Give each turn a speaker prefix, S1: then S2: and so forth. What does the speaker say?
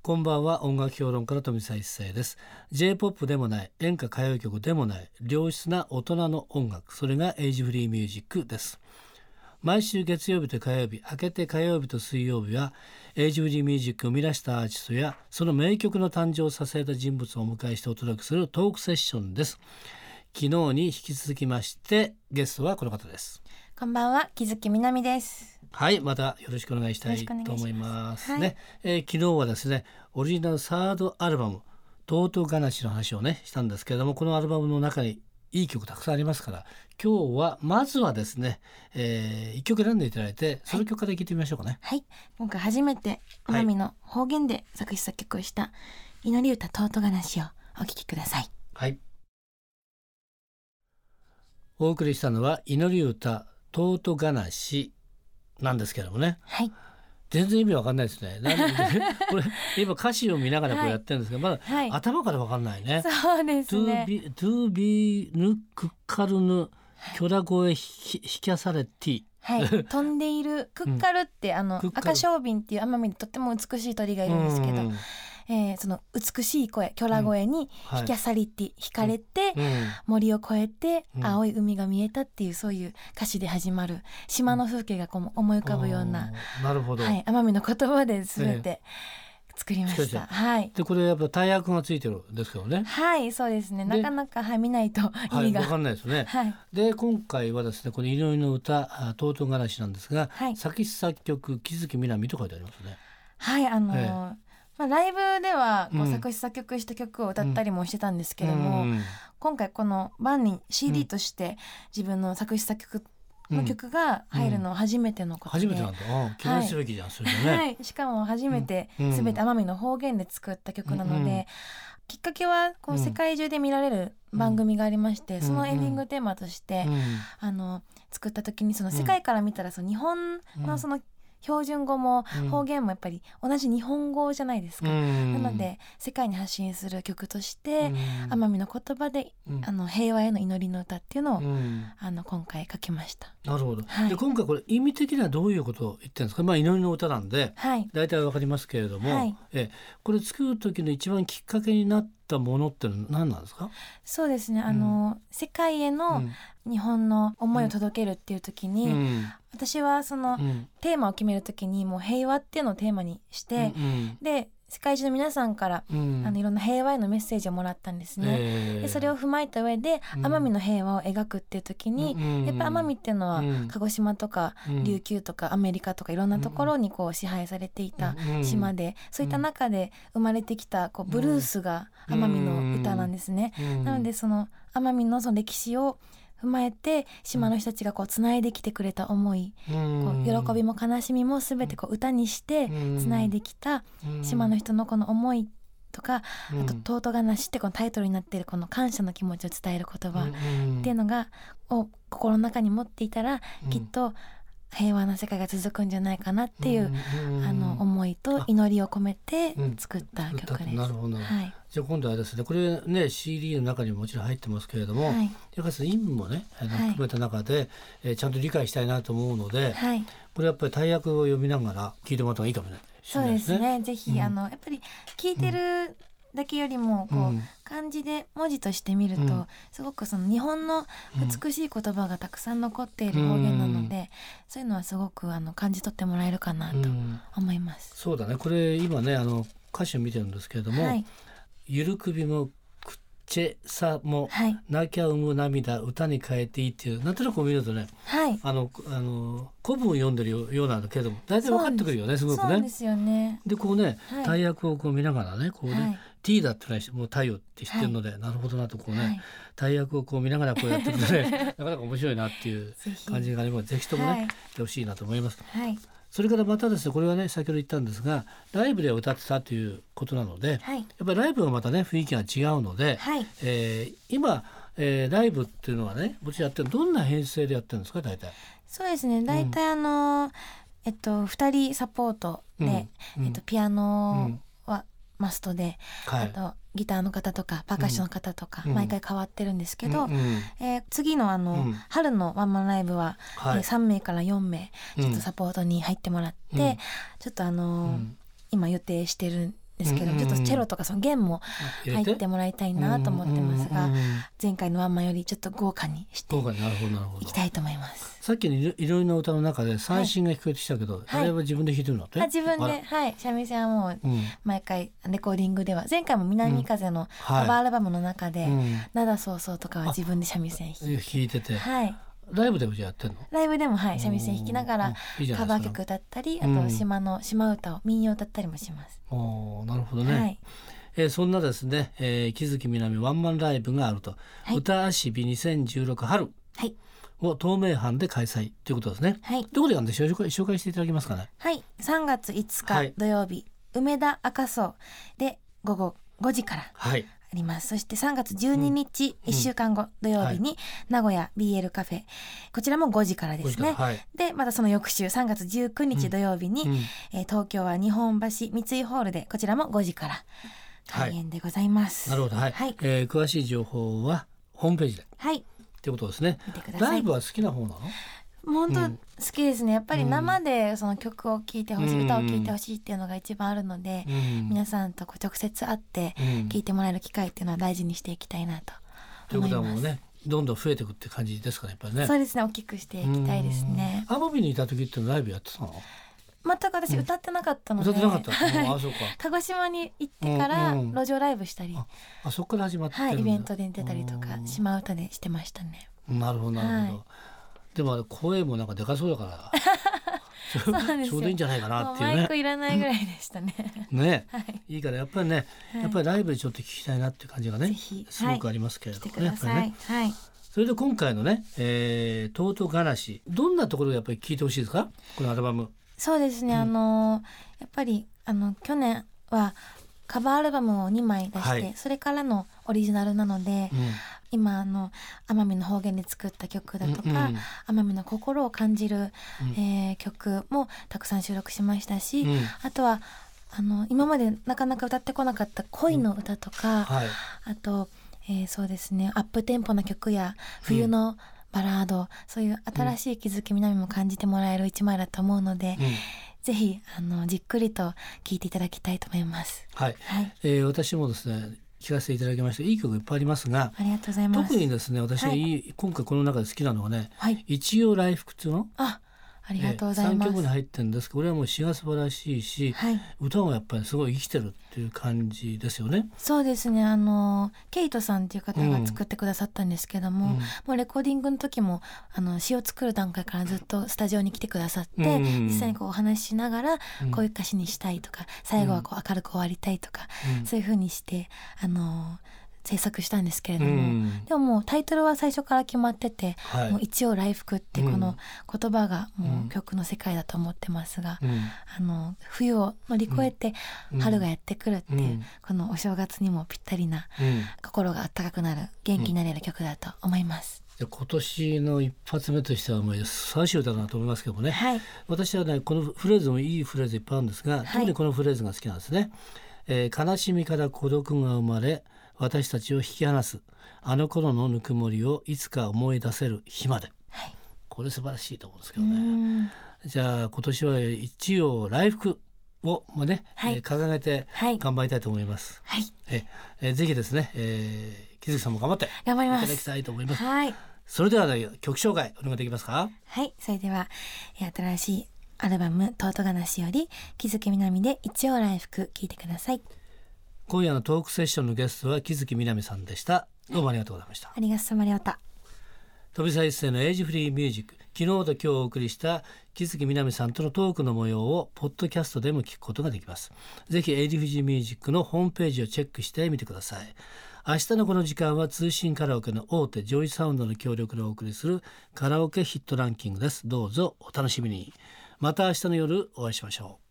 S1: こんばんは。音楽評論家の富澤一世です。 J-POP でもない、演歌歌謡曲でもない、良質な大人の音楽、それがエイジフリーミュージックです。毎週月曜日と火曜日、明けて火曜日と水曜日はエイジフリーミュージックを生み出したアーティストやその名曲の誕生を支えた人物をお迎えしてお届けするトークセッションです。昨日に引き続きましてゲストはこの方です。
S2: こんばんは、木月みなみです。
S1: はい、またよろしくお願いしたいと思いますね。昨日はですね、オリジナルサードアルバムとうとうがなしの話をねしたんですけれども、このアルバムの中にいい曲たくさんありますから、今日はまずはですね、一曲選んでいただいて、その曲から聴いてみましょうかね。
S2: はい、今回初めて奄美の方言で作詞作曲をした祈り歌とうとうがなしをお聴きください。
S1: はい、お送りしたのは祈り歌とうとうがなしなんですけどもね、
S2: はい、
S1: 全然意味わかんないですね。なんでこれ今歌詞を見ながらこうやってるんですけど、まだ頭からわかんないね。
S2: そうですね。
S1: To beぬくっかるぬキョラ声ひきゃされて
S2: 飛んでいるクッカルって、赤小瓶っていう奄美でとっても美しい鳥がいるんですけど、その美しい声、キョラ声に引きゃさりて、惹かれて、森を越えて青い海が見えたっていう、そういう歌詞で始まる島の風景がこう思い浮かぶような、
S1: なるほど、
S2: 奄美の言葉で全て作りました。
S1: でこれやっぱ大役がついてるんですけどね。
S2: はい、そうですね。なかなか、見ないと意味が、
S1: 分かんないですね。で今回はですね、この祈りの歌とうとうがなしなんですが、作詞作曲木月みなみと書いてありますね。
S2: はい、ライブではこう作詞作曲した曲を歌ったりもしてたんですけども、今回この版に CD として自分の作詞作曲の曲が入るのは初めてのことで、
S1: 初めてなんだ。記念すべきじゃん、それね。
S2: しかも初めて全て奄美の方言で作った曲なので、きっかけはこう世界中で見られる番組がありまして、そのエンディングテーマとして、作った時にその世界から見たらその日本のその標準語も方言もやっぱり同じ日本語じゃないですか。なので世界に発信する曲として奄美の言葉で、平和への祈りの歌っていうのを、今回書きました。
S1: なるほど。で今回これ意味的にはどういうことを言ってるんですか。祈りの歌なんで、大体わかりますけれども、これ作る時の一番きっかけになったものって何なんですか。
S2: そうですね、世界への日本の思いを届けるっていう時に、私はその、テーマを決める時にもう平和っていうのをテーマにして、で世界中の皆さんから、いろんな平和へのメッセージをもらったんですね。でそれを踏まえた上で奄美の平和を描くっていう時に、やっぱ奄美っていうのは、鹿児島とか琉球とかアメリカとかいろんなところにこう支配されていた島で、そういった中で生まれてきたこうブルースが奄美の歌なんですね。なのでその奄美のその歴史を踏まえて島の人たちがこうつないできてくれた思い、こう喜びも悲しみも全てこう歌にしてつないできた島の人のこの思いとか、あととうとうがなしってこのタイトルになっているこの感謝の気持ちを伝える言葉っていうのがを心の中に持っていたら、きっと平和な世界が続くんじゃないかなっていう、思いと祈りを込めて作った曲です。
S1: なるほど、じゃあ今度はですね、これね CD の中にももちろん入ってますけれども、やっぱり意味もね含めた中で、ちゃんと理解したいなと思うので、これやっぱり大役を読みながら聞いてもらった方がいいかもしれないですね。
S2: そうですね、ぜひ、やっぱり聞いてるだけよりもこう、漢字で文字として見ると、すごくその日本の美しい言葉がたくさん残っている方言なので、そういうのはすごく感じ取ってもらえるかなと思います。
S1: そうだね、これ今ね歌詞を見てるんですけれども、ゆる首もくっちぇさも、泣きゃ生む涙歌に変えていいっていう、なんとなく見るとね、古文を読んでるようなんだけれども大体分かってくるよね、すごくね。
S2: そうですよね。
S1: でこうね、大役をこう見ながらね、こうね、T だってのはもう太陽って知ってるので、なるほどなとこうね、大役をこう見ながらこうやってるとねなかなか面白いなっていう感じがあります。ぜひともね、してほしいなと思います。それからまたですね、これはね先ほど言ったんですが、ライブで歌ってたということなので、やっぱりライブはまたね雰囲気が違うので、今、ライブっていうのはね、もちろんやってる、どんな編成でやってるんですか大体。
S2: そうですね、大体2人サポートで、ピアノはマストで、あとギターの方とかパーカッションの方とか、毎回変わってるんですけど、次の春のワンマンライブは、3名から4名ちょっとサポートに入ってもらって、ちょっと今予定してるんですけど、ちょっとチェロとかその弦も入ってもらいたいなと思ってますが、前回のワンマンよりちょっと豪華にしていきたいと思います。
S1: さっきのいろいろな歌の中で三振が聞こえてきたけど、あれは自分で弾いてるのって？
S2: 自分で、三味線はもう毎回レコーディングでは、前回も南風のカバーアルバムの中で灘そうそうとかは自分で三味線弾
S1: いてて、ライブでもやってんの？ラ
S2: イブでも三味線弾きながらカバー曲歌ったり、あと島唄を民謡歌ったりもします。
S1: なるほどね。そんなですね、木月みなみワンマンライブがあると、歌あしび2016春を東名阪で開催ということですね。どこでやるんでしょう？紹介していただけますかね。
S2: 3月5日土曜日、梅田赤楚で午後5時からあります。そして3月12日、1週間後土曜日に名古屋 BL カフェ、こちらも5時からですね。でまたその翌週3月19日土曜日に、東京は日本橋三井ホールで、こちらも5時から開演でございます。
S1: なるほど。詳しい情報はホームページでってことですね。
S2: 見てください。
S1: ライブは好きな方なの？
S2: 本当好きですね。やっぱり生でその曲を聴いてほしい、歌を聴いてほしいっていうのが一番あるので、皆さんと直接会って聴いてもらえる機会っていうのは大事にしていきたいなと思います。ということはもうね、どんどん増えていくって感じですかね、やっぱりね。そうですね、大きくしていきたいですね。
S1: 奄美にいた時ってライブやってたの？
S2: 全く私歌ってなかったので、
S1: 歌ってなかった。そうか。
S2: 鹿児島に行ってから路上ライブしたり、
S1: そこから始まってるんだ。
S2: イベントで出たりとか島唄でしてましたね。
S1: なるほどなるほど。でも声もなんかでかそうだから
S2: そうなんですよ、
S1: ちょうどいいんじゃないかなっていうね。
S2: マイクいらないぐらいでしたね。
S1: ね、いいからやっぱりね、やっぱりライブでちょっと聞きたいなっていう感じがね、すごくありますけれどもね。やっぱりね。それで今回のね、とうとうがなし、どんなところがやっぱり聞いてほしいですか、このアルバム？そうですね、
S2: やっぱり去年はカバーアルバムを2枚出して、それからのオリジナルなので、今奄美の方言で作った曲だとか、奄美の心を感じる、曲もたくさん収録しましたし、あとは今までなかなか歌ってこなかった恋の歌とか、あと、そうですね、アップテンポな曲や冬のバラード、そういう新しい木月みなみも感じてもらえる一枚だと思うので、ぜひじっくりと聴いていただきたいと思います。
S1: 私もですね聞かせていただきまして、いい曲いっぱいありますが、
S2: ありがとうございます。
S1: 特にですね、私が今回この中で好きなのはね、一応来福っていうの、
S2: ありがとうございます。
S1: 3曲に入ってるんですけど、これはもう詩が素晴らしいし、歌もやっぱりすごい生きてるっていう感じですよね。
S2: そうですね、ケイトさんっていう方が作ってくださったんですけども、もうレコーディングの時も詩を作る段階からずっとスタジオに来てくださって、実際にこうお話ししながら、こういう歌詞にしたいとか、最後はこう明るく終わりたいとか、そういう風にして制作したんですけれども、でももうタイトルは最初から決まってて、もう一応来福ってこの言葉がもう曲の世界だと思ってますが、冬を乗り越えて春がやってくるっていう、このお正月にもぴったりな、心が温かくなる、元気になれる曲だと思います。
S1: 今年の一発目としてはもう素晴らしい歌だなと思いますけどもね、私はねこのフレーズもいいフレーズいっぱいあるんですが、特にこのフレーズが好きなんですね。悲しみから孤独が生まれ、私たちを引き離すあの頃のぬくもりをいつか思い出せる日まで、これ素晴らしいと思うんですけどね。じゃあ今年は一応来福をもね、掲げて頑張りたいと思います。ぜひですね、木月さんも頑張っていただきたいと思います。それでは、曲紹介お願いできますか？
S2: それでは、新しいアルバムとうとがなしより木月みなみで一応来福聴いてください。
S1: 今夜のトークセッションのゲストは木月みなみさんでした。どうもありがとうございました。
S2: ありがとうございました。
S1: 飛び一世のエイジフリーミュージック、昨日と今日お送りした木月みなみさんとのトークの模様をポッドキャストでも聞くことができます。ぜひエイジフリーミュージックのホームページをチェックしてみてください。明日のこの時間は通信カラオケの大手ジョイサウンドの協力でお送りするカラオケヒットランキングです。どうぞお楽しみに。また明日の夜お会いしましょう。